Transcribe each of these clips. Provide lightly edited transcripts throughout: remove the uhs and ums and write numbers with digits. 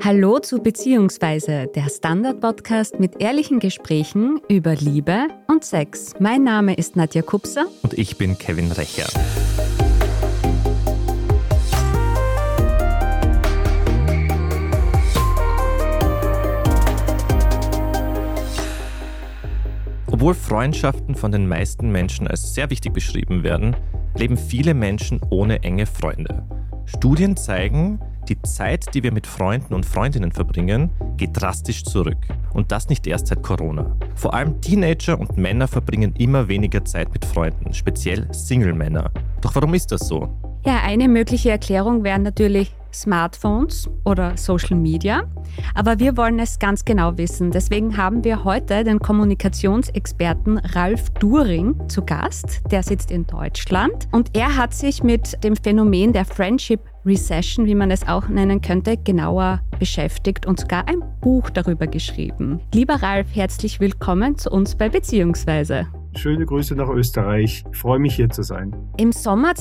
Hallo zu Beziehungsweise, der Standard-Podcast mit ehrlichen Gesprächen über Liebe und Sex. Mein Name ist Nadja Kupser. Und ich bin Kevin Recher. Obwohl Freundschaften von den meisten Menschen als sehr wichtig beschrieben werden, leben viele Menschen ohne enge Freunde. Studien zeigen, die Zeit, die wir mit Freunden und Freundinnen verbringen, geht drastisch zurück. Und das nicht erst seit Corona. Vor allem Teenager und Männer verbringen immer weniger Zeit mit Freunden, speziell Single-Männer. Doch warum ist das so? Ja, eine mögliche Erklärung wären natürlich Smartphones oder Social Media. Aber wir wollen es ganz genau wissen. Deswegen haben wir heute den Kommunikationsexperten Ralf During zu Gast. Der sitzt in Deutschland und er hat sich mit dem Phänomen der Friendship Recession, wie man es auch nennen könnte, genauer beschäftigt und sogar ein Buch darüber geschrieben. Lieber Ralf, herzlich willkommen zu uns bei Beziehungsweise. Schöne Grüße nach Österreich. Ich freue mich, hier zu sein. Im Sommer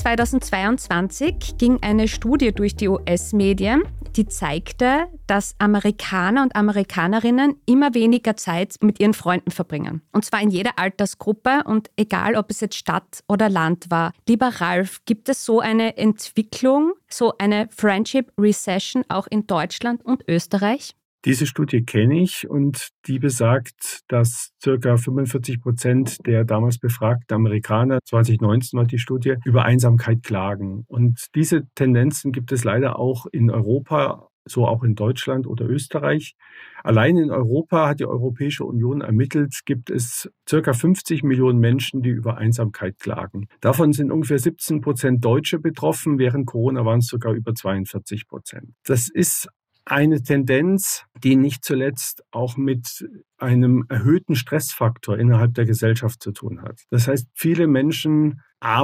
2022 ging eine Studie durch die US-Medien, die zeigte, dass Amerikaner und Amerikanerinnen immer weniger Zeit mit ihren Freunden verbringen. Und zwar in jeder Altersgruppe und egal, ob es jetzt Stadt oder Land war. Lieber Ralf, gibt es so eine Entwicklung, so eine Friendship Recession auch in Deutschland und Österreich? Diese Studie kenne ich und die besagt, dass ca. 45% der damals befragten Amerikaner, 2019 war die Studie, über Einsamkeit klagen. Und diese Tendenzen gibt es leider auch in Europa, so auch in Deutschland oder Österreich. Allein in Europa hat die Europäische Union ermittelt, gibt es ca. 50 Millionen Menschen, die über Einsamkeit klagen. Davon sind ungefähr 17% Deutsche betroffen, während Corona waren es sogar über 42%. Das ist eine Tendenz, die nicht zuletzt auch mit einem erhöhten Stressfaktor innerhalb der Gesellschaft zu tun hat. Das heißt, viele Menschen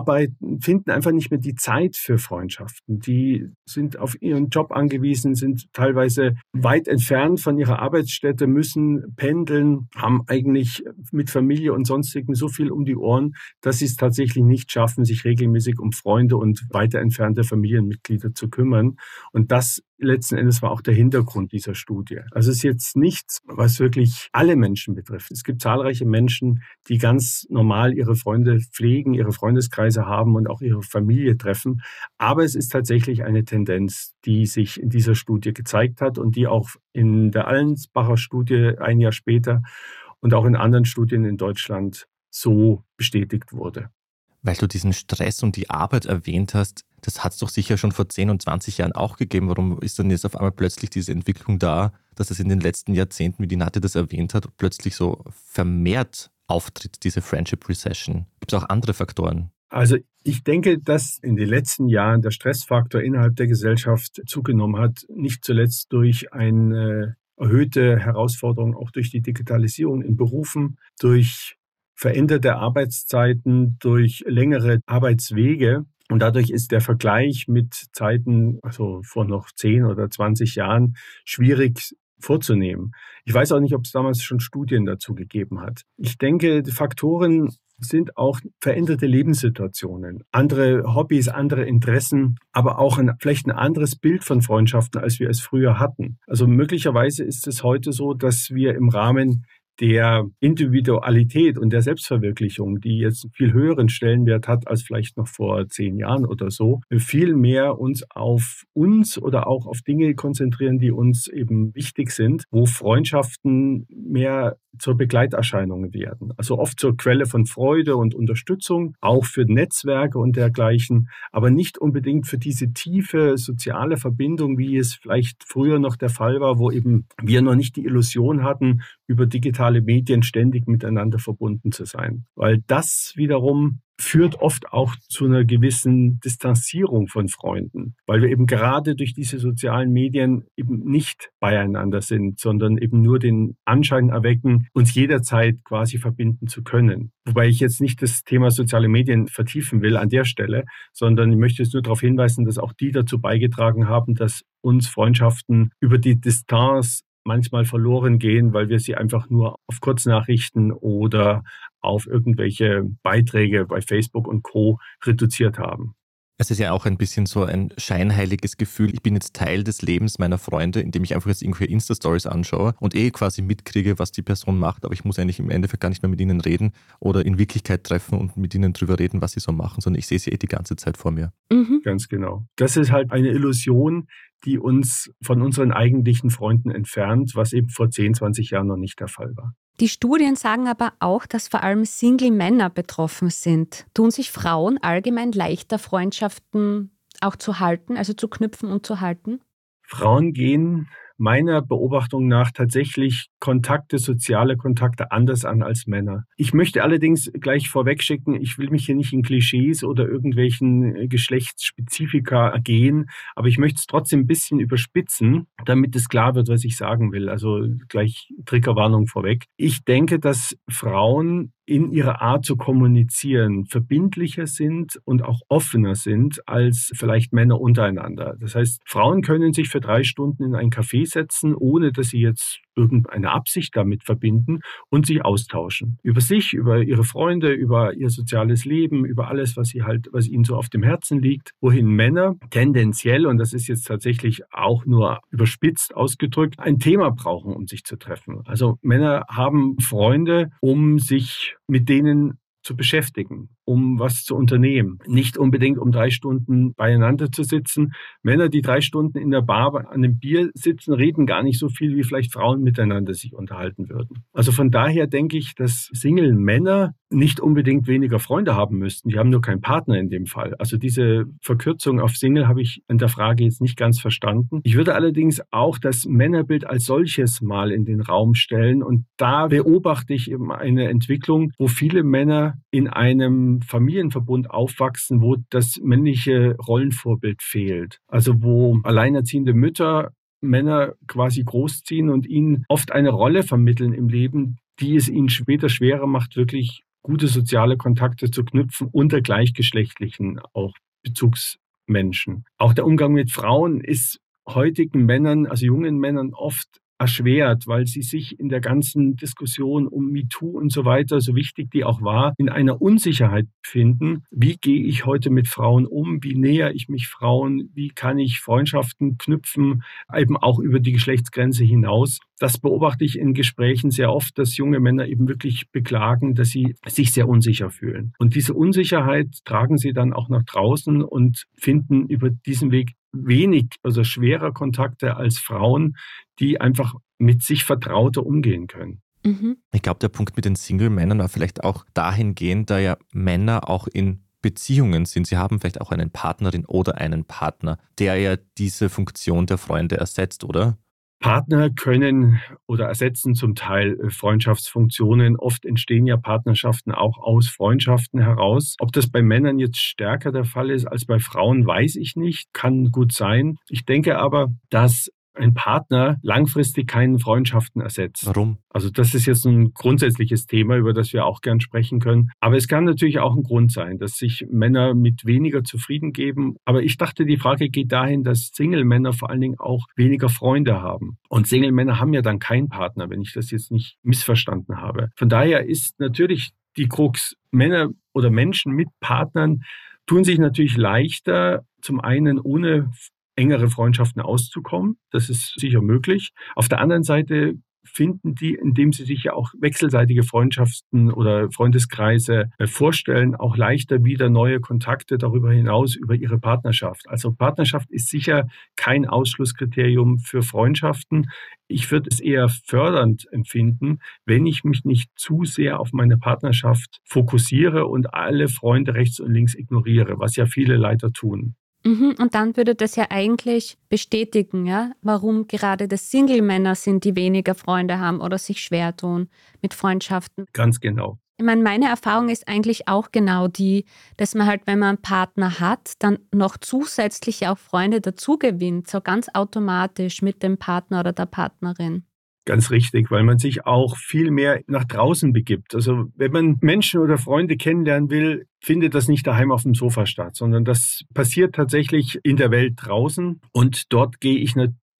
finden einfach nicht mehr die Zeit für Freundschaften. Die sind auf ihren Job angewiesen, sind teilweise weit entfernt von ihrer Arbeitsstätte, müssen pendeln, haben eigentlich mit Familie und Sonstigem so viel um die Ohren, dass sie es tatsächlich nicht schaffen, sich regelmäßig um Freunde und weiter entfernte Familienmitglieder zu kümmern. Und das letzten Endes war auch der Hintergrund dieser Studie. Also es ist jetzt nichts, was wirklich alle Menschen betrifft. Es gibt zahlreiche Menschen, die ganz normal ihre Freunde pflegen, ihre Freundeskreise haben und auch ihre Familie treffen. Aber es ist tatsächlich eine Tendenz, die sich in dieser Studie gezeigt hat und die auch in der Allensbacher Studie ein Jahr später und auch in anderen Studien in Deutschland so bestätigt wurde. Weil du diesen Stress und die Arbeit erwähnt hast, das hat es doch sicher schon vor 10 und 20 Jahren auch gegeben. Warum ist dann jetzt auf einmal plötzlich diese Entwicklung da, dass es in den letzten Jahrzehnten, wie die Nadja das erwähnt hat, plötzlich so vermehrt auftritt, diese Friendship Recession? Gibt es auch andere Faktoren? Also ich denke, dass in den letzten Jahren der Stressfaktor innerhalb der Gesellschaft zugenommen hat, nicht zuletzt durch eine erhöhte Herausforderung, auch durch die Digitalisierung in Berufen, durch veränderte Arbeitszeiten, durch längere Arbeitswege. Und dadurch ist der Vergleich mit Zeiten, also vor noch 10 oder 20 Jahren, schwierig vorzunehmen. Ich weiß auch nicht, ob es damals schon Studien dazu gegeben hat. Ich denke, die Faktoren sind auch veränderte Lebenssituationen, andere Hobbys, andere Interessen, aber auch vielleicht ein anderes Bild von Freundschaften, als wir es früher hatten. Also möglicherweise ist es heute so, dass wir im Rahmen der Individualität und der Selbstverwirklichung, die jetzt einen viel höheren Stellenwert hat als vielleicht noch vor 10 Jahren oder so, viel mehr uns auf uns oder auch auf Dinge konzentrieren, die uns eben wichtig sind, wo Freundschaften mehr zur Begleiterscheinung werden. Also oft zur Quelle von Freude und Unterstützung, auch für Netzwerke und dergleichen, aber nicht unbedingt für diese tiefe soziale Verbindung, wie es vielleicht früher noch der Fall war, wo eben wir noch nicht die Illusion hatten, über digitale Medien ständig miteinander verbunden zu sein. Weil das wiederum führt oft auch zu einer gewissen Distanzierung von Freunden, weil wir eben gerade durch diese sozialen Medien eben nicht beieinander sind, sondern eben nur den Anschein erwecken, uns jederzeit quasi verbinden zu können. Wobei ich jetzt nicht das Thema soziale Medien vertiefen will an der Stelle, sondern ich möchte jetzt nur darauf hinweisen, dass auch die dazu beigetragen haben, dass uns Freundschaften über die Distanz manchmal verloren gehen, weil wir sie einfach nur auf Kurznachrichten oder auf irgendwelche Beiträge bei Facebook und Co. reduziert haben. Es ist ja auch ein bisschen so ein scheinheiliges Gefühl. Ich bin jetzt Teil des Lebens meiner Freunde, indem ich einfach jetzt irgendwelche Insta-Stories anschaue und quasi mitkriege, was die Person macht. Aber ich muss eigentlich im Endeffekt gar nicht mehr mit ihnen reden oder in Wirklichkeit treffen und mit ihnen drüber reden, was sie so machen, sondern ich sehe sie die ganze Zeit vor mir. Mhm. Ganz genau. Das ist halt eine Illusion, die uns von unseren eigentlichen Freunden entfernt, was eben vor 10, 20 Jahren noch nicht der Fall war. Die Studien sagen aber auch, dass vor allem Single-Männer betroffen sind. Tun sich Frauen allgemein leichter, Freundschaften auch zu halten, also zu knüpfen und zu halten? Frauen gehen meiner Beobachtung nach tatsächlich soziale Kontakte anders an als Männer. Ich möchte allerdings gleich vorwegschicken, ich will mich hier nicht in Klischees oder irgendwelchen Geschlechtsspezifika ergehen, aber ich möchte es trotzdem ein bisschen überspitzen, damit es klar wird, was ich sagen will. Also gleich Triggerwarnung vorweg. Ich denke, dass Frauen in ihrer Art zu kommunizieren verbindlicher sind und auch offener sind als vielleicht Männer untereinander. Das heißt, Frauen können sich für 3 Stunden in ein Café setzen, ohne dass sie jetzt irgendeine Absicht damit verbinden und sich austauschen. Über sich, über ihre Freunde, über ihr soziales Leben, über alles, was ihnen so auf dem Herzen liegt. Wohin Männer tendenziell, und das ist jetzt tatsächlich auch nur überspitzt ausgedrückt, ein Thema brauchen, um sich zu treffen. Also Männer haben Freunde, um sich mit denen zu beschäftigen, um was zu unternehmen. Nicht unbedingt, um 3 Stunden beieinander zu sitzen. Männer, die 3 Stunden in der Bar an einem Bier sitzen, reden gar nicht so viel, wie vielleicht Frauen miteinander sich unterhalten würden. Also von daher denke ich, dass Single-Männer nicht unbedingt weniger Freunde haben müssten. Die haben nur keinen Partner in dem Fall. Also diese Verkürzung auf Single habe ich in der Frage jetzt nicht ganz verstanden. Ich würde allerdings auch das Männerbild als solches mal in den Raum stellen. Und da beobachte ich eben eine Entwicklung, wo viele Männer in einem Familienverbund aufwachsen, wo das männliche Rollenvorbild fehlt. Also wo alleinerziehende Mütter Männer quasi großziehen und ihnen oft eine Rolle vermitteln im Leben, die es ihnen später schwerer macht, wirklich gute soziale Kontakte zu knüpfen unter gleichgeschlechtlichen auch Bezugsmenschen. Auch der Umgang mit Frauen ist heutigen Männern, also jungen Männern, oft erschwert, weil sie sich in der ganzen Diskussion um MeToo und so weiter, so wichtig die auch war, in einer Unsicherheit befinden. Wie gehe ich heute mit Frauen um? Wie nähere ich mich Frauen? Wie kann ich Freundschaften knüpfen, eben auch über die Geschlechtsgrenze hinaus? Das beobachte ich in Gesprächen sehr oft, dass junge Männer eben wirklich beklagen, dass sie sich sehr unsicher fühlen. Und diese Unsicherheit tragen sie dann auch nach draußen und finden über diesen Weg wenig, also schwerer Kontakte als Frauen, die einfach mit sich vertrauter umgehen können. Mhm. Ich glaube, der Punkt mit den Single-Männern war vielleicht auch dahingehend, da ja Männer auch in Beziehungen sind. Sie haben vielleicht auch eine Partnerin oder einen Partner, der ja diese Funktion der Freunde ersetzt, oder? Partner können oder ersetzen zum Teil Freundschaftsfunktionen. Oft entstehen ja Partnerschaften auch aus Freundschaften heraus. Ob das bei Männern jetzt stärker der Fall ist als bei Frauen, weiß ich nicht. Kann gut sein. Ich denke aber, dass ein Partner langfristig keine Freundschaften ersetzt. Warum? Also das ist jetzt ein grundsätzliches Thema, über das wir auch gern sprechen können. Aber es kann natürlich auch ein Grund sein, dass sich Männer mit weniger zufrieden geben. Aber ich dachte, die Frage geht dahin, dass Single-Männer vor allen Dingen auch weniger Freunde haben. Und Single-Männer haben ja dann keinen Partner, wenn ich das jetzt nicht missverstanden habe. Von daher ist natürlich die Krux, Männer oder Menschen mit Partnern tun sich natürlich leichter, zum einen ohne engere Freundschaften auszukommen. Das ist sicher möglich. Auf der anderen Seite finden die, indem sie sich ja auch wechselseitige Freundschaften oder Freundeskreise vorstellen, auch leichter wieder neue Kontakte darüber hinaus über ihre Partnerschaft. Also Partnerschaft ist sicher kein Ausschlusskriterium für Freundschaften. Ich würde es eher fördernd empfinden, wenn ich mich nicht zu sehr auf meine Partnerschaft fokussiere und alle Freunde rechts und links ignoriere, was ja viele leider tun. Und dann würde das ja eigentlich bestätigen, ja, warum gerade das Single-Männer sind, die weniger Freunde haben oder sich schwer tun mit Freundschaften. Ganz genau. Ich meine, meine Erfahrung ist eigentlich auch genau die, dass man halt, wenn man einen Partner hat, dann noch zusätzlich auch Freunde dazu gewinnt, so ganz automatisch mit dem Partner oder der Partnerin. Ganz richtig, weil man sich auch viel mehr nach draußen begibt. Also wenn man Menschen oder Freunde kennenlernen will, findet das nicht daheim auf dem Sofa statt, sondern das passiert tatsächlich in der Welt draußen. Und dort gehe ich natürlich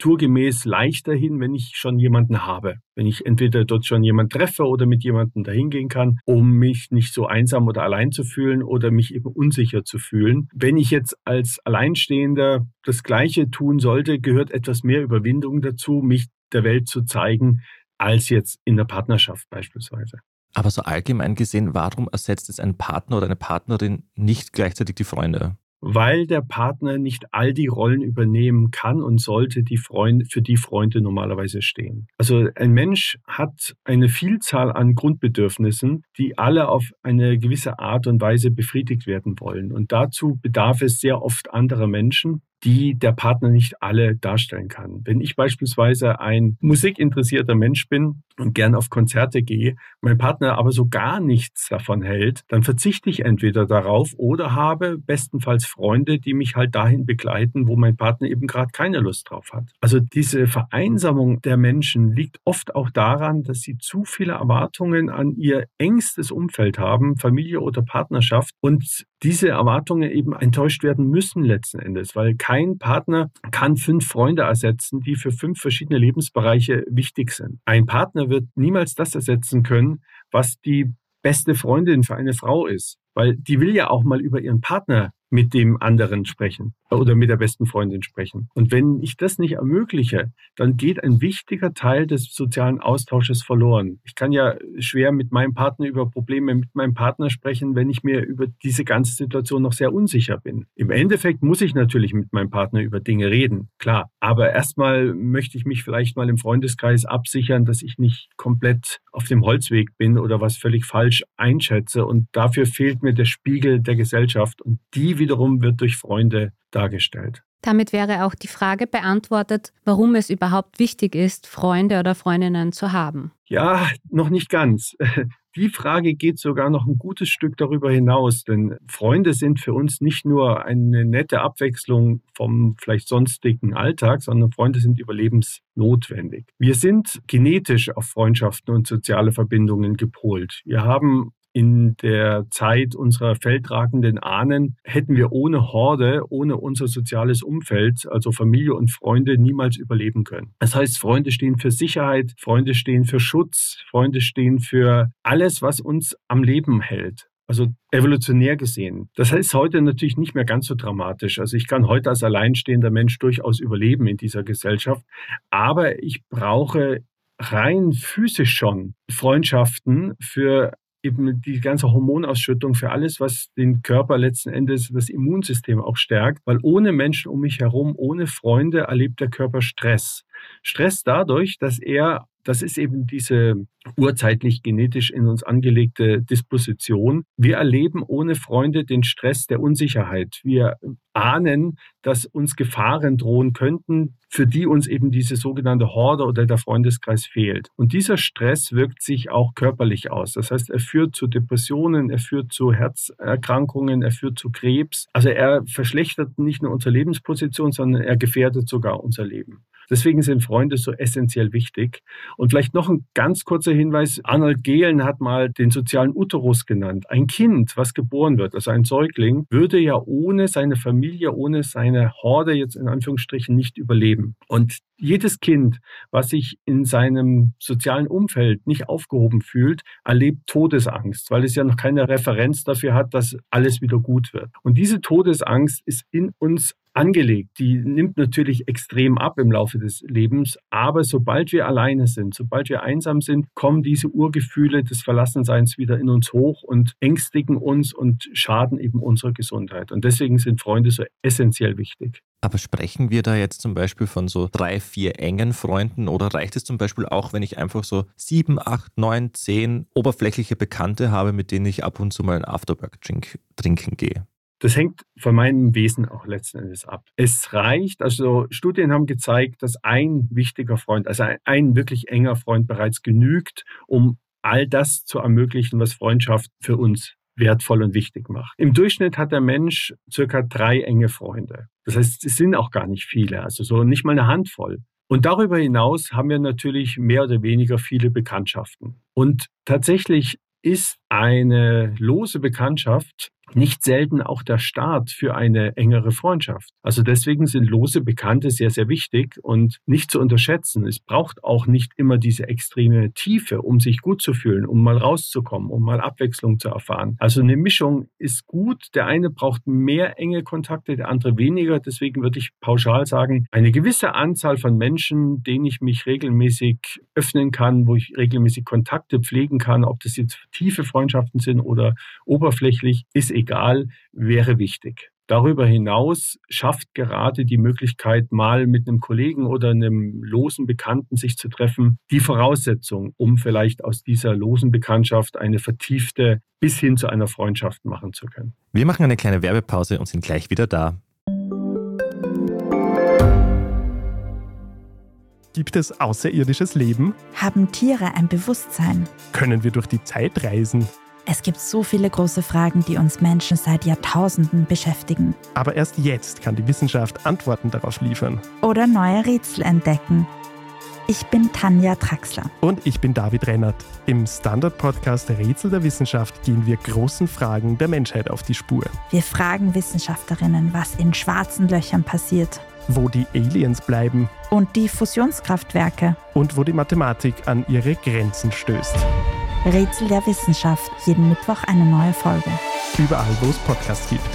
naturgemäß leichter hin, wenn ich schon jemanden habe. Wenn ich entweder dort schon jemanden treffe oder mit jemandem dahin gehen kann, um mich nicht so einsam oder allein zu fühlen oder mich eben unsicher zu fühlen. Wenn ich jetzt als Alleinstehender das Gleiche tun sollte, gehört etwas mehr Überwindung dazu, mich der Welt zu zeigen, als jetzt in der Partnerschaft beispielsweise. Aber so allgemein gesehen, warum ersetzt jetzt ein Partner oder eine Partnerin nicht gleichzeitig die Freunde? Weil der Partner nicht all die Rollen übernehmen kann und sollte, für die Freunde normalerweise stehen. Also ein Mensch hat eine Vielzahl an Grundbedürfnissen, die alle auf eine gewisse Art und Weise befriedigt werden wollen. Und dazu bedarf es sehr oft anderer Menschen, die der Partner nicht alle darstellen kann. Wenn ich beispielsweise ein musikinteressierter Mensch bin und gern auf Konzerte gehe, mein Partner aber so gar nichts davon hält, dann verzichte ich entweder darauf oder habe bestenfalls Freunde, die mich halt dahin begleiten, wo mein Partner eben gerade keine Lust drauf hat. Also diese Vereinsamung der Menschen liegt oft auch daran, dass sie zu viele Erwartungen an ihr engstes Umfeld haben, Familie oder Partnerschaft, und diese Erwartungen eben enttäuscht werden müssen letzten Endes, weil kein Partner kann 5 Freunde ersetzen, die für 5 verschiedene Lebensbereiche wichtig sind. Ein Partner wird niemals das ersetzen können, was die beste Freundin für eine Frau ist, weil die will ja auch mal über ihren Partner mit dem anderen sprechen oder mit der besten Freundin sprechen. Und wenn ich das nicht ermögliche, dann geht ein wichtiger Teil des sozialen Austausches verloren. Ich kann ja schwer mit meinem Partner über Probleme mit meinem Partner sprechen, wenn ich mir über diese ganze Situation noch sehr unsicher bin. Im Endeffekt muss ich natürlich mit meinem Partner über Dinge reden, klar. Aber erstmal möchte ich mich vielleicht mal im Freundeskreis absichern, dass ich nicht komplett auf dem Holzweg bin oder was völlig falsch einschätze. Und dafür fehlt mir der Spiegel der Gesellschaft. Und die wiederum wird durch Freunde dargestellt. Damit wäre auch die Frage beantwortet, warum es überhaupt wichtig ist, Freunde oder Freundinnen zu haben. Ja, noch nicht ganz. Die Frage geht sogar noch ein gutes Stück darüber hinaus, denn Freunde sind für uns nicht nur eine nette Abwechslung vom vielleicht sonstigen Alltag, sondern Freunde sind überlebensnotwendig. Wir sind genetisch auf Freundschaften und soziale Verbindungen gepolt. Wir haben in der Zeit unserer feldtragenden Ahnen hätten wir ohne Horde, ohne unser soziales Umfeld, also Familie und Freunde, niemals überleben können. Das heißt, Freunde stehen für Sicherheit, Freunde stehen für Schutz, Freunde stehen für alles, was uns am Leben hält. Also evolutionär gesehen. Das heißt heute natürlich nicht mehr ganz so dramatisch. Also ich kann heute als alleinstehender Mensch durchaus überleben in dieser Gesellschaft, aber ich brauche rein physisch schon Freundschaften für eben die ganze Hormonausschüttung, für alles, was den Körper letzten Endes, das Immunsystem auch stärkt, weil ohne Menschen um mich herum, ohne Freunde erlebt der Körper Stress. Stress dadurch, das ist eben diese urzeitlich genetisch in uns angelegte Disposition. Wir erleben ohne Freunde den Stress der Unsicherheit. Wir ahnen, dass uns Gefahren drohen könnten, für die uns eben diese sogenannte Horde oder der Freundeskreis fehlt. Und dieser Stress wirkt sich auch körperlich aus. Das heißt, er führt zu Depressionen, er führt zu Herzerkrankungen, er führt zu Krebs. Also er verschlechtert nicht nur unsere Lebensposition, sondern er gefährdet sogar unser Leben. Deswegen sind Freunde so essentiell wichtig. Und vielleicht noch ein ganz kurzer Hinweis. Arnold Gehlen hat mal den sozialen Uterus genannt. Ein Kind, was geboren wird, also ein Säugling, würde ja ohne seine Familie, ohne seine Horde jetzt in Anführungsstrichen nicht überleben. Und jedes Kind, was sich in seinem sozialen Umfeld nicht aufgehoben fühlt, erlebt Todesangst, weil es ja noch keine Referenz dafür hat, dass alles wieder gut wird. Und diese Todesangst ist in uns angelegt. Die nimmt natürlich extrem ab im Laufe des Lebens, aber sobald wir alleine sind, sobald wir einsam sind, kommen diese Urgefühle des Verlassenseins wieder in uns hoch und ängstigen uns und schaden eben unserer Gesundheit. Und deswegen sind Freunde so essentiell wichtig. Aber sprechen wir da jetzt zum Beispiel von so 3, 4 engen Freunden oder reicht es zum Beispiel auch, wenn ich einfach so 7, 8, 9, 10 oberflächliche Bekannte habe, mit denen ich ab und zu mal einen Afterwork-Drink trinken gehe? Das hängt von meinem Wesen auch letzten Endes ab. Es reicht, also Studien haben gezeigt, dass ein wichtiger Freund, also ein wirklich enger Freund bereits genügt, um all das zu ermöglichen, was Freundschaft für uns wertvoll und wichtig macht. Im Durchschnitt hat der Mensch circa 3 enge Freunde. Das heißt, es sind auch gar nicht viele, also so nicht mal eine Handvoll. Und darüber hinaus haben wir natürlich mehr oder weniger viele Bekanntschaften. Und tatsächlich ist eine lose Bekanntschaft nicht selten auch der Start für eine engere Freundschaft. Also deswegen sind lose Bekannte sehr, sehr wichtig und nicht zu unterschätzen. Es braucht auch nicht immer diese extreme Tiefe, um sich gut zu fühlen, um mal rauszukommen, um mal Abwechslung zu erfahren. Also eine Mischung ist gut. Der eine braucht mehr enge Kontakte, der andere weniger. Deswegen würde ich pauschal sagen, eine gewisse Anzahl von Menschen, denen ich mich regelmäßig öffnen kann, wo ich regelmäßig Kontakte pflegen kann, ob das jetzt tiefe Freundschaften sind oder oberflächlich, ist egal, wäre wichtig. Darüber hinaus schafft gerade die Möglichkeit, mal mit einem Kollegen oder einem losen Bekannten sich zu treffen, die Voraussetzung, um vielleicht aus dieser losen Bekanntschaft eine vertiefte bis hin zu einer Freundschaft machen zu können. Wir machen eine kleine Werbepause und sind gleich wieder da. Gibt es außerirdisches Leben? Haben Tiere ein Bewusstsein? Können wir durch die Zeit reisen? Es gibt so viele große Fragen, die uns Menschen seit Jahrtausenden beschäftigen. Aber erst jetzt kann die Wissenschaft Antworten darauf liefern. Oder neue Rätsel entdecken. Ich bin Tanja Traxler. Und ich bin David Rennert. Im Standard-Podcast Rätsel der Wissenschaft gehen wir großen Fragen der Menschheit auf die Spur. Wir fragen Wissenschaftlerinnen, was in schwarzen Löchern passiert. Wo die Aliens bleiben. Und die Fusionskraftwerke. Und wo die Mathematik an ihre Grenzen stößt. Rätsel der Wissenschaft. Jeden Mittwoch eine neue Folge. Überall, wo es Podcasts gibt.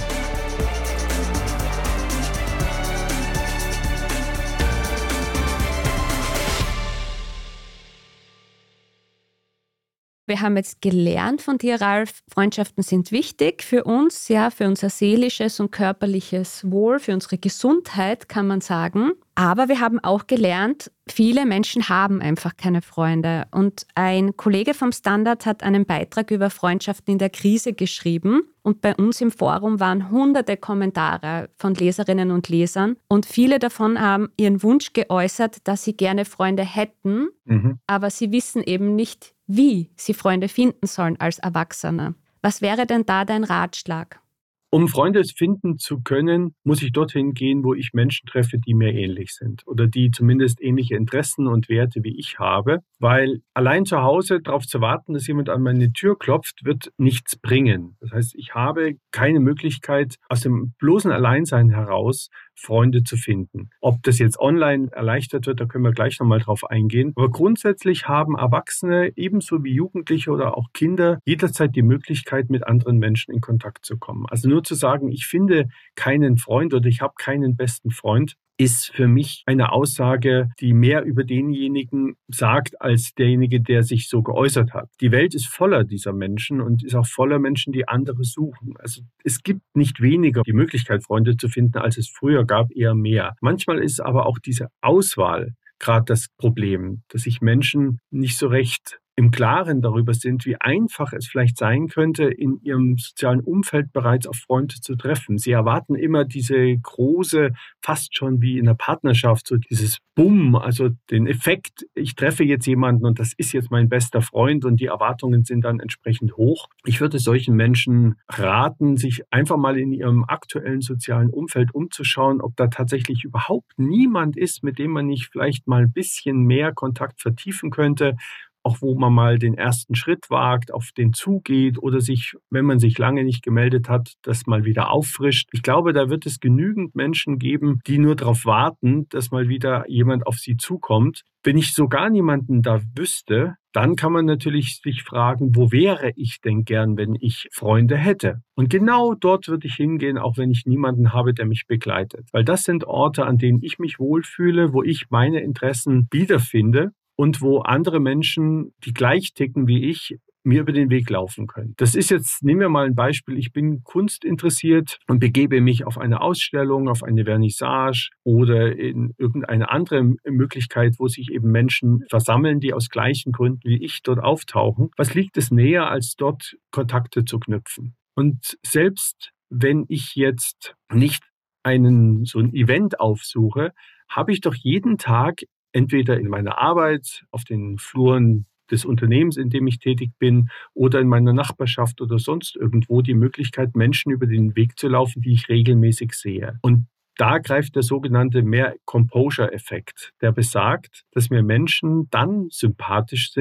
Wir haben jetzt gelernt von dir, Ralf, Freundschaften sind wichtig für uns, ja, für unser seelisches und körperliches Wohl, für unsere Gesundheit, kann man sagen. Aber wir haben auch gelernt, viele Menschen haben einfach keine Freunde. Und ein Kollege vom Standard hat einen Beitrag über Freundschaften in der Krise geschrieben. Und bei uns im Forum waren hunderte Kommentare von Leserinnen und Lesern. Und viele davon haben ihren Wunsch geäußert, dass sie gerne Freunde hätten, aber sie wissen eben nicht, wie sie Freunde finden sollen als Erwachsene. Was wäre denn da dein Ratschlag? Um Freunde finden zu können, muss ich dorthin gehen, wo ich Menschen treffe, die mir ähnlich sind oder die zumindest ähnliche Interessen und Werte wie ich habe. Weil allein zu Hause darauf zu warten, dass jemand an meine Tür klopft, wird nichts bringen. Das heißt, ich habe keine Möglichkeit, aus dem bloßen Alleinsein heraus Freunde zu finden. Ob das jetzt online erleichtert wird, da können wir gleich nochmal drauf eingehen. Aber grundsätzlich haben Erwachsene ebenso wie Jugendliche oder auch Kinder jederzeit die Möglichkeit, mit anderen Menschen in Kontakt zu kommen. Also nur zu sagen, ich finde keinen Freund oder ich habe keinen besten Freund, ist für mich eine Aussage, die mehr über denjenigen sagt, als derjenige, der sich so geäußert hat. Die Welt ist voller dieser Menschen und ist auch voller Menschen, die andere suchen. Also es gibt nicht weniger die Möglichkeit, Freunde zu finden, als es früher gab, eher mehr. Manchmal ist aber auch diese Auswahl gerade das Problem, dass sich Menschen nicht so recht im Klaren darüber sind, wie einfach es vielleicht sein könnte, in ihrem sozialen Umfeld bereits auf Freunde zu treffen. Sie erwarten immer diese große, fast schon wie in einer Partnerschaft, so dieses Bumm, also den Effekt, ich treffe jetzt jemanden und das ist jetzt mein bester Freund und die Erwartungen sind dann entsprechend hoch. Ich würde solchen Menschen raten, sich einfach mal in ihrem aktuellen sozialen Umfeld umzuschauen, ob da tatsächlich überhaupt niemand ist, mit dem man nicht vielleicht mal ein bisschen mehr Kontakt vertiefen könnte, auch wo man mal den ersten Schritt wagt, auf den zugeht oder sich, wenn man sich lange nicht gemeldet hat, das mal wieder auffrischt. Ich glaube, da wird es genügend Menschen geben, die nur darauf warten, dass mal wieder jemand auf sie zukommt. Wenn ich so gar niemanden da wüsste, dann kann man natürlich sich fragen, wo wäre ich denn gern, wenn ich Freunde hätte? Und genau dort würde ich hingehen, auch wenn ich niemanden habe, der mich begleitet. Weil das sind Orte, an denen ich mich wohlfühle, wo ich meine Interessen wiederfinde. Und wo andere Menschen, die gleich ticken wie ich, mir über den Weg laufen können. Das ist jetzt, nehmen wir mal ein Beispiel, ich bin kunstinteressiert und begebe mich auf eine Ausstellung, auf eine Vernissage oder in irgendeine andere Möglichkeit, wo sich eben Menschen versammeln, die aus gleichen Gründen wie ich dort auftauchen. Was liegt es näher, als dort Kontakte zu knüpfen? Und selbst wenn ich jetzt nicht so ein Event aufsuche, habe ich doch jeden Tag entweder in meiner Arbeit, auf den Fluren des Unternehmens, in dem ich tätig bin, oder in meiner Nachbarschaft oder sonst irgendwo die Möglichkeit, Menschen über den Weg zu laufen, die ich regelmäßig sehe. Und da greift der sogenannte Mehr-Composure-Effekt, der besagt, dass mir Menschen dann sympathisch sind,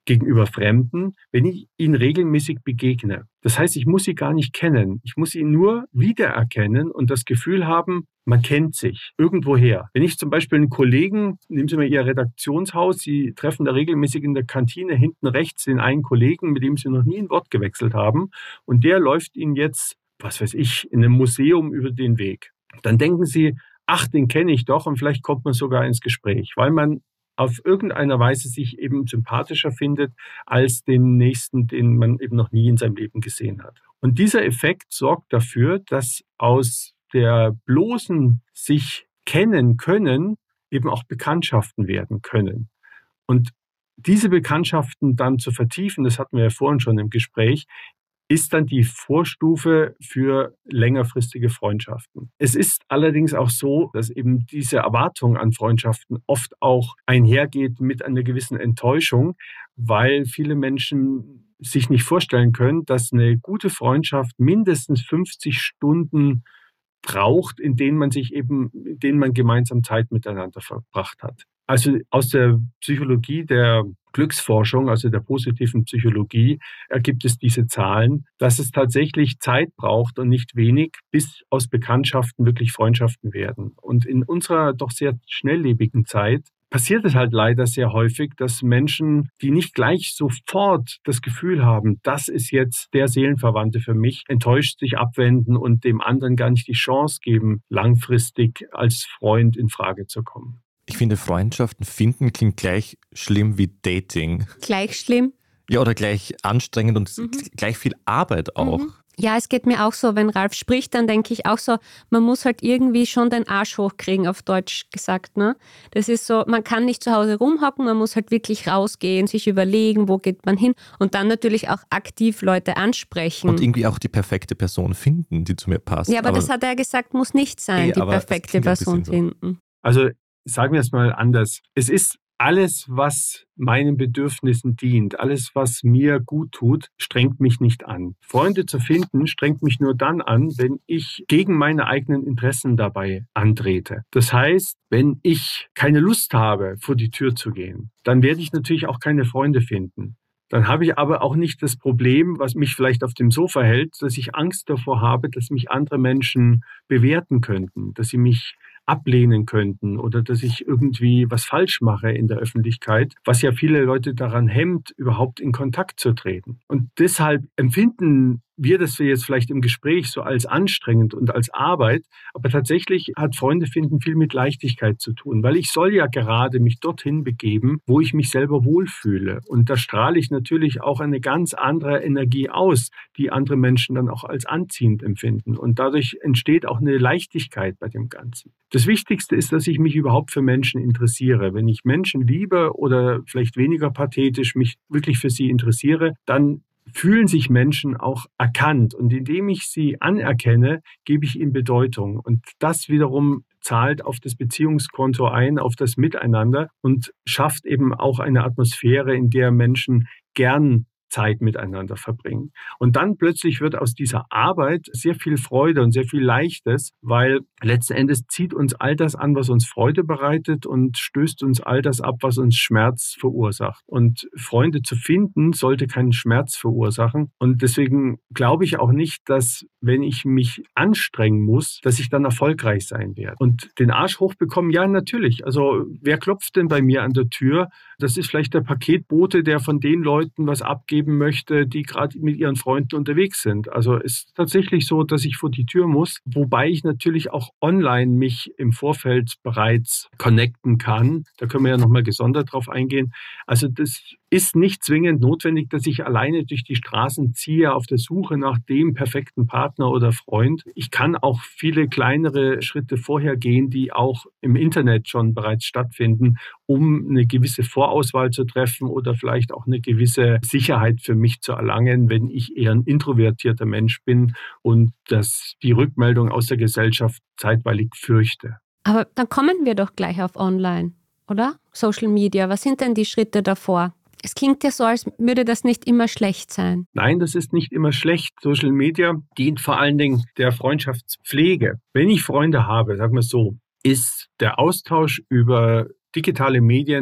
gegenüber Fremden, wenn ich ihnen regelmäßig begegne. Das heißt, ich muss sie gar nicht kennen. Ich muss sie nur wiedererkennen und das Gefühl haben, man kennt sich irgendwoher. Wenn ich zum Beispiel einen Kollegen, nehmen Sie mal Ihr Redaktionshaus, Sie treffen da regelmäßig in der Kantine hinten rechts den einen Kollegen, mit dem Sie noch nie ein Wort gewechselt haben und der läuft Ihnen jetzt, was weiß ich, in einem Museum über den Weg. Dann denken Sie, ach, den kenne ich doch und vielleicht kommt man sogar ins Gespräch, weil man auf irgendeiner Weise sich eben sympathischer findet als den Nächsten, den man eben noch nie in seinem Leben gesehen hat. Und dieser Effekt sorgt dafür, dass aus der bloßen sich kennen können eben auch Bekanntschaften werden können. Und diese Bekanntschaften dann zu vertiefen, das hatten wir ja vorhin schon im Gespräch, ist dann die Vorstufe für längerfristige Freundschaften. Es ist allerdings auch so, dass eben diese Erwartung an Freundschaften oft auch einhergeht mit einer gewissen Enttäuschung, weil viele Menschen sich nicht vorstellen können, dass eine gute Freundschaft mindestens 50 Stunden braucht, in denen man gemeinsam Zeit miteinander verbracht hat. Also aus der Psychologie der Glücksforschung, also der positiven Psychologie, ergibt es diese Zahlen, dass es tatsächlich Zeit braucht und nicht wenig, bis aus Bekanntschaften wirklich Freundschaften werden. Und in unserer doch sehr schnelllebigen Zeit passiert es halt leider sehr häufig, dass Menschen, die nicht gleich sofort das Gefühl haben, das ist jetzt der Seelenverwandte für mich, enttäuscht sich abwenden und dem anderen gar nicht die Chance geben, langfristig als Freund in Frage zu kommen. Ich finde, Freundschaften finden klingt gleich schlimm wie Dating. Gleich schlimm? Ja, oder gleich anstrengend und gleich viel Arbeit auch. Ja, es geht mir auch so, wenn Ralf spricht, dann denke ich auch so, man muss halt irgendwie schon den Arsch hochkriegen, auf Deutsch gesagt. Ne? Das ist so, man kann nicht zu Hause rumhocken, man muss halt wirklich rausgehen, sich überlegen, wo geht man hin und dann natürlich auch aktiv Leute ansprechen. Und irgendwie auch die perfekte Person finden, die zu mir passt. Ja, aber das hat er gesagt, muss nicht sein, die perfekte Person finden. Also sagen wir es mal anders. Es ist alles, was meinen Bedürfnissen dient, alles, was mir gut tut, strengt mich nicht an. Freunde zu finden, strengt mich nur dann an, wenn ich gegen meine eigenen Interessen dabei antrete. Das heißt, wenn ich keine Lust habe, vor die Tür zu gehen, dann werde ich natürlich auch keine Freunde finden. Dann habe ich aber auch nicht das Problem, was mich vielleicht auf dem Sofa hält, dass ich Angst davor habe, dass mich andere Menschen bewerten könnten, dass sie mich ablehnen könnten oder dass ich irgendwie was falsch mache in der Öffentlichkeit, was ja viele Leute daran hemmt, überhaupt in Kontakt zu treten. Und deshalb empfinden wir das jetzt vielleicht im Gespräch so als anstrengend und als Arbeit, aber tatsächlich hat Freunde finden viel mit Leichtigkeit zu tun, weil ich soll ja gerade mich dorthin begeben, wo ich mich selber wohlfühle. Und da strahle ich natürlich auch eine ganz andere Energie aus, die andere Menschen dann auch als anziehend empfinden. Und dadurch entsteht auch eine Leichtigkeit bei dem Ganzen. Das Wichtigste ist, dass ich mich überhaupt für Menschen interessiere. Wenn ich Menschen liebe oder vielleicht weniger pathetisch mich wirklich für sie interessiere, dann fühlen sich Menschen auch erkannt. Und indem ich sie anerkenne, gebe ich ihnen Bedeutung. Und das wiederum zahlt auf das Beziehungskonto ein, auf das Miteinander und schafft eben auch eine Atmosphäre, in der Menschen gern Zeit miteinander verbringen. Und dann plötzlich wird aus dieser Arbeit sehr viel Freude und sehr viel Leichtes, weil letzten Endes zieht uns all das an, was uns Freude bereitet und stößt uns all das ab, was uns Schmerz verursacht. Und Freunde zu finden, sollte keinen Schmerz verursachen. Und deswegen glaube ich auch nicht, dass, wenn ich mich anstrengen muss, dass ich dann erfolgreich sein werde. Und den Arsch hochbekommen, ja, natürlich. Also wer klopft denn bei mir an der Tür? Das ist vielleicht der Paketbote, der von den Leuten was abgeben möchte, die gerade mit ihren Freunden unterwegs sind. Also es ist tatsächlich so, dass ich vor die Tür muss, wobei ich natürlich auch online mich im Vorfeld bereits connecten kann. Da können wir ja nochmal gesondert drauf eingehen. Also das ist nicht zwingend notwendig, dass ich alleine durch die Straßen ziehe auf der Suche nach dem perfekten Partner oder Freund. Ich kann auch viele kleinere Schritte vorher gehen, die auch im Internet schon bereits stattfinden, um eine gewisse Vorauswahl zu treffen oder vielleicht auch eine gewisse Sicherheit für mich zu erlangen, wenn ich eher ein introvertierter Mensch bin und die Rückmeldung aus der Gesellschaft zeitweilig fürchte. Aber dann kommen wir doch gleich auf Online, oder? Social Media, was sind denn die Schritte davor? Es klingt ja so, als würde das nicht immer schlecht sein. Nein, das ist nicht immer schlecht. Social Media dient vor allen Dingen der Freundschaftspflege. Wenn ich Freunde habe, sagen wir es so, ist der Austausch über digitale Medien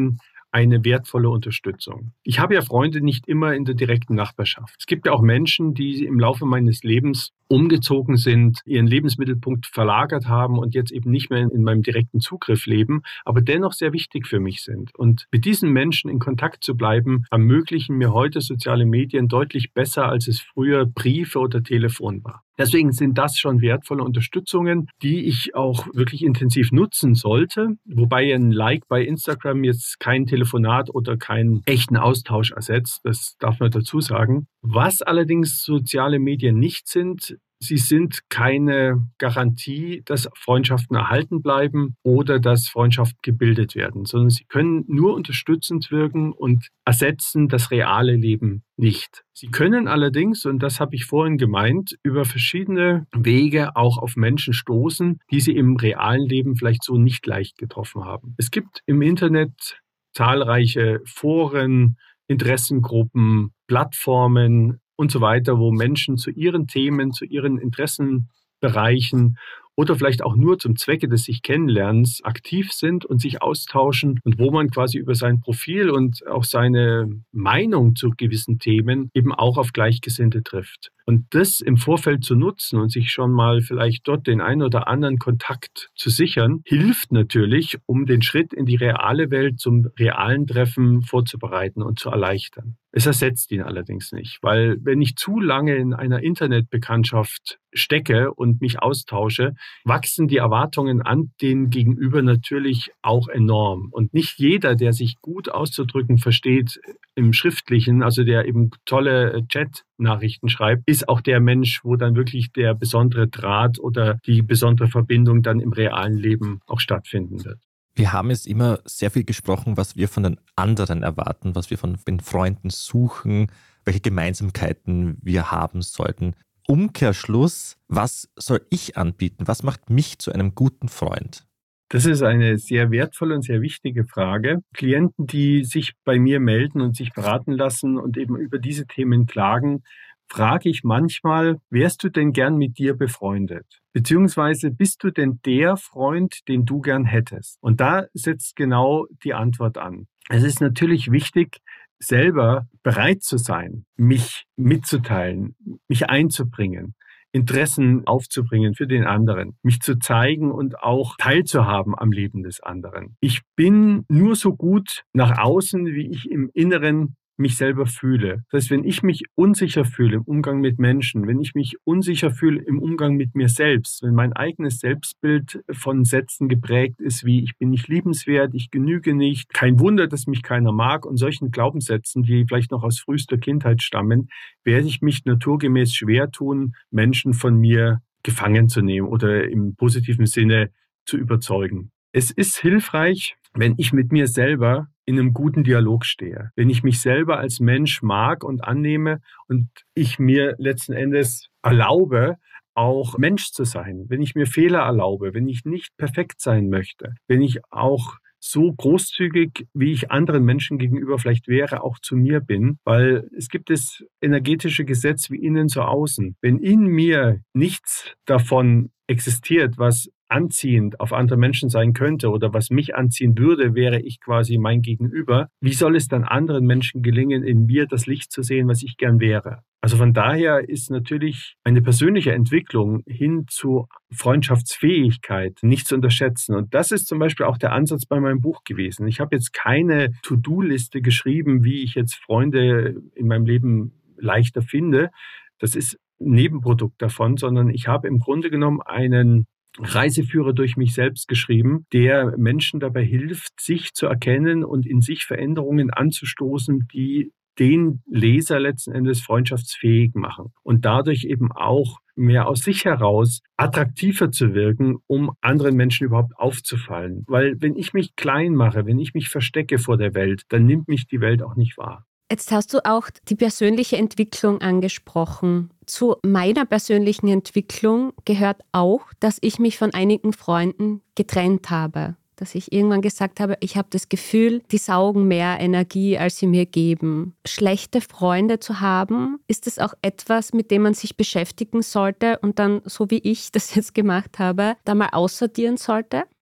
eine wertvolle Unterstützung. Ich habe ja Freunde nicht immer in der direkten Nachbarschaft. Es gibt ja auch Menschen, die im Laufe meines Lebens umgezogen sind, ihren Lebensmittelpunkt verlagert haben und jetzt eben nicht mehr in meinem direkten Zugriff leben, aber dennoch sehr wichtig für mich sind. Und mit diesen Menschen in Kontakt zu bleiben, ermöglichen mir heute soziale Medien deutlich besser, als es früher Briefe oder Telefon war. Deswegen sind das schon wertvolle Unterstützungen, die ich auch wirklich intensiv nutzen sollte, wobei ein Like bei Instagram jetzt kein Telefonat oder keinen echten Austausch ersetzt, das darf man dazu sagen. Was allerdings soziale Medien nicht sind, sie sind keine Garantie, dass Freundschaften erhalten bleiben oder dass Freundschaften gebildet werden, sondern sie können nur unterstützend wirken und ersetzen das reale Leben nicht. Sie können allerdings, und das habe ich vorhin gemeint, über verschiedene Wege auch auf Menschen stoßen, die sie im realen Leben vielleicht so nicht leicht getroffen haben. Es gibt im Internet zahlreiche Foren, Interessengruppen, Plattformen und so weiter, wo Menschen zu ihren Themen, zu ihren Interessenbereichen oder vielleicht auch nur zum Zwecke des sich Kennenlernens aktiv sind und sich austauschen und wo man quasi über sein Profil und auch seine Meinung zu gewissen Themen eben auch auf Gleichgesinnte trifft. Und das im Vorfeld zu nutzen und sich schon mal vielleicht dort den einen oder anderen Kontakt zu sichern, hilft natürlich, um den Schritt in die reale Welt zum realen Treffen vorzubereiten und zu erleichtern. Es ersetzt ihn allerdings nicht, weil wenn ich zu lange in einer Internetbekanntschaft stecke und mich austausche, wachsen die Erwartungen an den Gegenüber natürlich auch enorm. Und nicht jeder, der sich gut auszudrücken versteht im Schriftlichen, also der eben tolle Chat-Nachrichten schreibt, ist auch der Mensch, wo dann wirklich der besondere Draht oder die besondere Verbindung dann im realen Leben auch stattfinden wird. Wir haben jetzt immer sehr viel gesprochen, was wir von den anderen erwarten, was wir von den Freunden suchen, welche Gemeinsamkeiten wir haben sollten. Umkehrschluss, was soll ich anbieten? Was macht mich zu einem guten Freund? Das ist eine sehr wertvolle und sehr wichtige Frage. Klienten, die sich bei mir melden und sich beraten lassen und eben über diese Themen klagen, frage ich manchmal, wärst du denn gern mit dir befreundet? Beziehungsweise bist du denn der Freund, den du gern hättest? Und da setzt genau die Antwort an. Es ist natürlich wichtig, selber bereit zu sein, mich mitzuteilen, mich einzubringen, Interessen aufzubringen für den anderen, mich zu zeigen und auch teilzuhaben am Leben des anderen. Ich bin nur so gut nach außen, wie ich im Inneren mich selber fühle. Das heißt, wenn ich mich unsicher fühle im Umgang mit Menschen, wenn ich mich unsicher fühle im Umgang mit mir selbst, wenn mein eigenes Selbstbild von Sätzen geprägt ist wie ich bin nicht liebenswert, ich genüge nicht, kein Wunder, dass mich keiner mag und solchen Glaubenssätzen, die vielleicht noch aus frühester Kindheit stammen, werde ich mich naturgemäß schwer tun, Menschen von mir gefangen zu nehmen oder im positiven Sinne zu überzeugen. Es ist hilfreich, wenn ich mit mir selber in einem guten Dialog stehe, wenn ich mich selber als Mensch mag und annehme und ich mir letzten Endes erlaube, auch Mensch zu sein, wenn ich mir Fehler erlaube, wenn ich nicht perfekt sein möchte, wenn ich auch so großzügig, wie ich anderen Menschen gegenüber vielleicht wäre, auch zu mir bin, weil es gibt das energetische Gesetz wie innen so außen. Wenn in mir nichts davon existiert, was anziehend auf andere Menschen sein könnte oder was mich anziehen würde, wäre ich quasi mein Gegenüber. Wie soll es dann anderen Menschen gelingen, in mir das Licht zu sehen, was ich gern wäre? Also von daher ist natürlich eine persönliche Entwicklung hin zu Freundschaftsfähigkeit nicht zu unterschätzen. Und das ist zum Beispiel auch der Ansatz bei meinem Buch gewesen. Ich habe jetzt keine To-Do-Liste geschrieben, wie ich jetzt Freunde in meinem Leben leichter finde. Das ist ein Nebenprodukt davon, sondern ich habe im Grunde genommen einen Reiseführer durch mich selbst geschrieben, der Menschen dabei hilft, sich zu erkennen und in sich Veränderungen anzustoßen, die den Leser letzten Endes freundschaftsfähig machen und dadurch eben auch mehr aus sich heraus attraktiver zu wirken, um anderen Menschen überhaupt aufzufallen. Weil wenn ich mich klein mache, wenn ich mich verstecke vor der Welt, dann nimmt mich die Welt auch nicht wahr. Jetzt hast du auch die persönliche Entwicklung angesprochen. Zu meiner persönlichen Entwicklung gehört auch, dass ich mich von einigen Freunden getrennt habe. Dass ich irgendwann gesagt habe, ich habe das Gefühl, die saugen mehr Energie, als sie mir geben. Schlechte Freunde zu haben, ist es auch etwas, mit dem man sich beschäftigen sollte und dann, so wie ich das jetzt gemacht habe, da mal aussortieren sollte?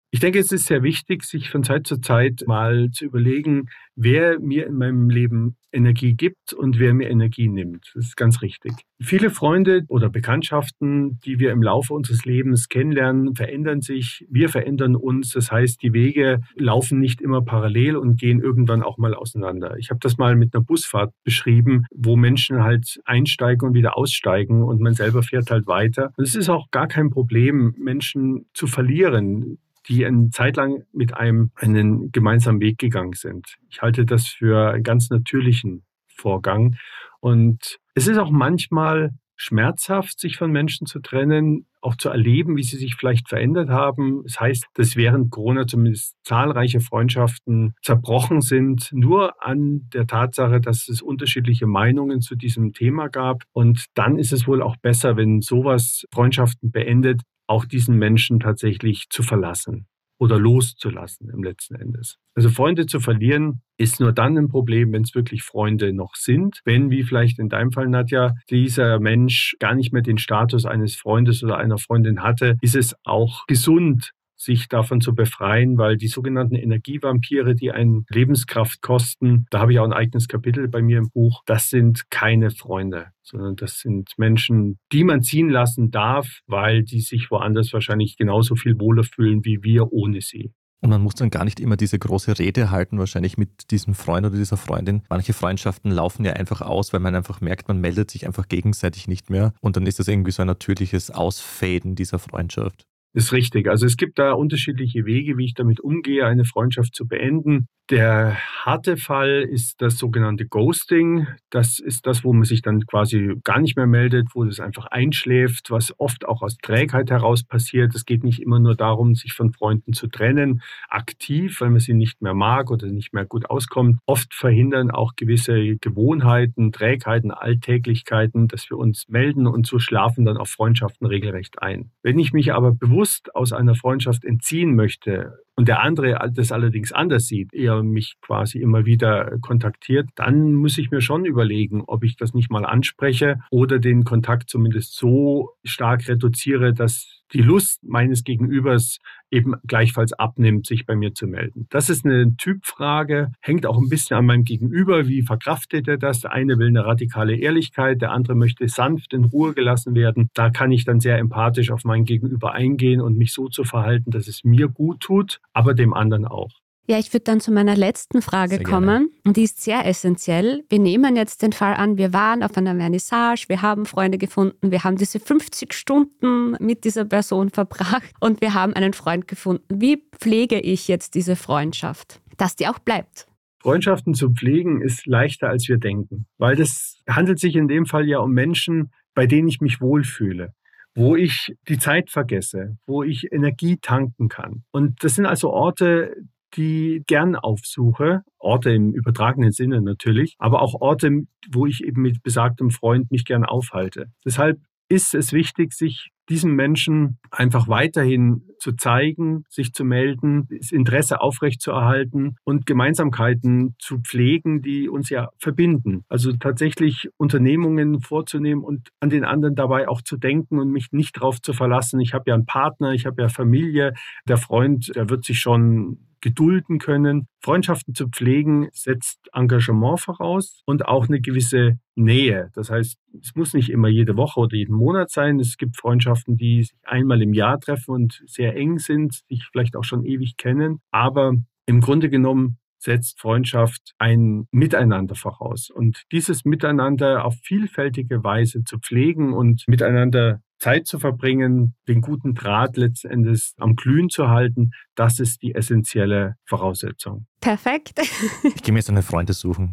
Ich denke, es ist sehr wichtig, sich von Zeit zu Zeit mal zu überlegen, wer mir in meinem Leben Energie gibt und wer mir Energie nimmt. Das ist ganz richtig. Viele Freunde oder Bekanntschaften, die wir im Laufe unseres Lebens kennenlernen, verändern sich. Wir verändern uns. Das heißt, die Wege laufen nicht immer parallel und gehen irgendwann auch mal auseinander. Ich habe das mal mit einer Busfahrt beschrieben, wo Menschen halt einsteigen und wieder aussteigen und man selber fährt halt weiter. Und es ist auch gar kein Problem, Menschen zu verlieren, die eine Zeit lang mit einem einen gemeinsamen Weg gegangen sind. Ich halte das für einen ganz natürlichen Vorgang. Und es ist auch manchmal schmerzhaft, sich von Menschen zu trennen, auch zu erleben, wie sie sich vielleicht verändert haben. Das heißt, dass während Corona zumindest zahlreiche Freundschaften zerbrochen sind, nur an der Tatsache, dass es unterschiedliche Meinungen zu diesem Thema gab. Und dann ist es wohl auch besser, wenn sowas Freundschaften beendet, auch diesen Menschen tatsächlich zu verlassen oder loszulassen im letzten Endes. Also Freunde zu verlieren ist nur dann ein Problem, wenn es wirklich Freunde noch sind. Wenn, wie vielleicht in deinem Fall, Nadja, dieser Mensch gar nicht mehr den Status eines Freundes oder einer Freundin hatte, ist es auch gesund, sich davon zu befreien, weil die sogenannten Energievampire, die einen Lebenskraft kosten, da habe ich auch ein eigenes Kapitel bei mir im Buch, das sind keine Freunde, sondern das sind Menschen, die man ziehen lassen darf, weil die sich woanders wahrscheinlich genauso viel wohler fühlen wie wir ohne sie. Und man muss dann gar nicht immer diese große Rede halten, wahrscheinlich mit diesem Freund oder dieser Freundin. Manche Freundschaften laufen ja einfach aus, weil man einfach merkt, man meldet sich einfach gegenseitig nicht mehr. Und dann ist das irgendwie so ein natürliches Ausfaden dieser Freundschaft. Ist richtig. Also es gibt da unterschiedliche Wege, wie ich damit umgehe, eine Freundschaft zu beenden. Der harte Fall ist das sogenannte Ghosting. Das ist das, wo man sich dann quasi gar nicht mehr meldet, wo das einfach einschläft, was oft auch aus Trägheit heraus passiert. Es geht nicht immer nur darum, sich von Freunden zu trennen, aktiv, weil man sie nicht mehr mag oder nicht mehr gut auskommt. Oft verhindern auch gewisse Gewohnheiten, Trägheiten, Alltäglichkeiten, dass wir uns melden und so schlafen dann auch Freundschaften regelrecht ein. Wenn ich mich aber bewusst aus einer Freundschaft entziehen möchte, und der andere das allerdings anders sieht, er mich quasi immer wieder kontaktiert, dann muss ich mir schon überlegen, ob ich das nicht mal anspreche oder den Kontakt zumindest so stark reduziere, dass die Lust meines Gegenübers eben gleichfalls abnimmt, sich bei mir zu melden. Das ist eine Typfrage, hängt auch ein bisschen an meinem Gegenüber. Wie verkraftet er das? Der eine will eine radikale Ehrlichkeit, der andere möchte sanft in Ruhe gelassen werden. Da kann ich dann sehr empathisch auf mein Gegenüber eingehen und mich so zu verhalten, dass es mir gut tut, aber dem anderen auch. Ja, ich würde dann zu meiner letzten Frage kommen. Und die ist sehr essentiell. Wir nehmen jetzt den Fall an, wir waren auf einer Vernissage, wir haben Freunde gefunden, wir haben diese 50 Stunden mit dieser Person verbracht und wir haben einen Freund gefunden. Wie pflege ich jetzt diese Freundschaft, dass die auch bleibt? Freundschaften zu pflegen ist leichter, als wir denken, weil das handelt sich in dem Fall ja um Menschen, bei denen ich mich wohlfühle, wo ich die Zeit vergesse, wo ich Energie tanken kann. Und das sind also Orte, die gern aufsuche, Orte im übertragenen Sinne natürlich, aber auch Orte, wo ich eben mit besagtem Freund mich gern aufhalte. Deshalb ist es wichtig, sich diesem Menschen einfach weiterhin zu zeigen, sich zu melden, das Interesse aufrechtzuerhalten und Gemeinsamkeiten zu pflegen, die uns ja verbinden. Also tatsächlich Unternehmungen vorzunehmen und an den anderen dabei auch zu denken und mich nicht darauf zu verlassen. Ich habe ja einen Partner, ich habe ja Familie, der Freund, der wird sich schon gedulden können. Freundschaften zu pflegen setzt Engagement voraus und auch eine gewisse Nähe. Das heißt, es muss nicht immer jede Woche oder jeden Monat sein. Es gibt Freundschaften, die sich einmal im Jahr treffen und sehr eng sind, sich vielleicht auch schon ewig kennen. Aber im Grunde genommen setzt Freundschaft ein Miteinander voraus. Und dieses Miteinander auf vielfältige Weise zu pflegen und miteinander Zeit zu verbringen, den guten Draht letzten Endes am Glühen zu halten, das ist die essentielle Voraussetzung. Perfekt. Ich gehe mir jetzt eine Freunde suchen.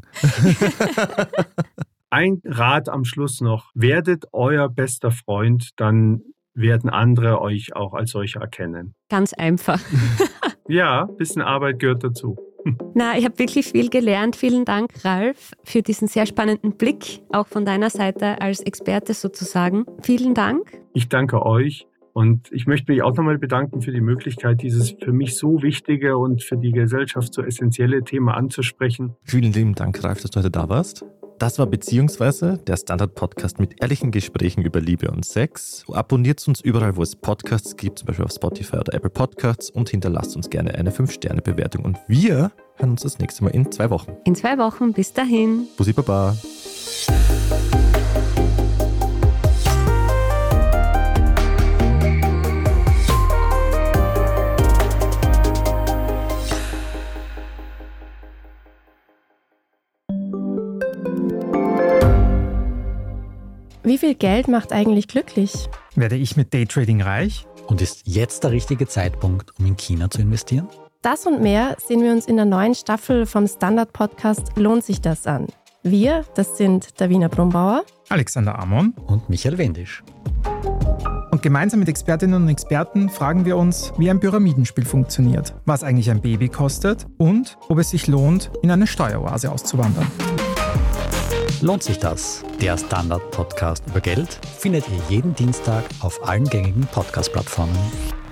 Ein Rat am Schluss noch. Werdet euer bester Freund, dann werden andere euch auch als solcher erkennen. Ganz einfach. Ja, ein bisschen Arbeit gehört dazu. Na, ich habe wirklich viel gelernt. Vielen Dank, Ralf, für diesen sehr spannenden Blick, auch von deiner Seite als Experte sozusagen. Vielen Dank. Ich danke euch und ich möchte mich auch nochmal bedanken für die Möglichkeit, dieses für mich so wichtige und für die Gesellschaft so essentielle Thema anzusprechen. Vielen lieben Dank, Ralf, dass du heute da warst. Das war beziehungsweise der Standard-Podcast mit ehrlichen Gesprächen über Liebe und Sex. Abonniert uns überall, wo es Podcasts gibt, zum Beispiel auf Spotify oder Apple Podcasts, und hinterlasst uns gerne eine 5-Sterne-Bewertung. Und wir hören uns das nächste Mal in 2 Wochen. In 2 Wochen, bis dahin. Bussi Baba. Wie viel Geld macht eigentlich glücklich? Werde ich mit Daytrading reich? Und ist jetzt der richtige Zeitpunkt, um in China zu investieren? Das und mehr sehen wir uns in der neuen Staffel vom Standard-Podcast Lohnt sich das an? Wir, das sind Davina Brumbauer, Alexander Amon und Michael Wendisch. Und gemeinsam mit Expertinnen und Experten fragen wir uns, wie ein Pyramidenspiel funktioniert, was eigentlich ein Baby kostet und ob es sich lohnt, in eine Steueroase auszuwandern. Lohnt sich das? Der Standard-Podcast über Geld findet ihr jeden Dienstag auf allen gängigen Podcast-Plattformen.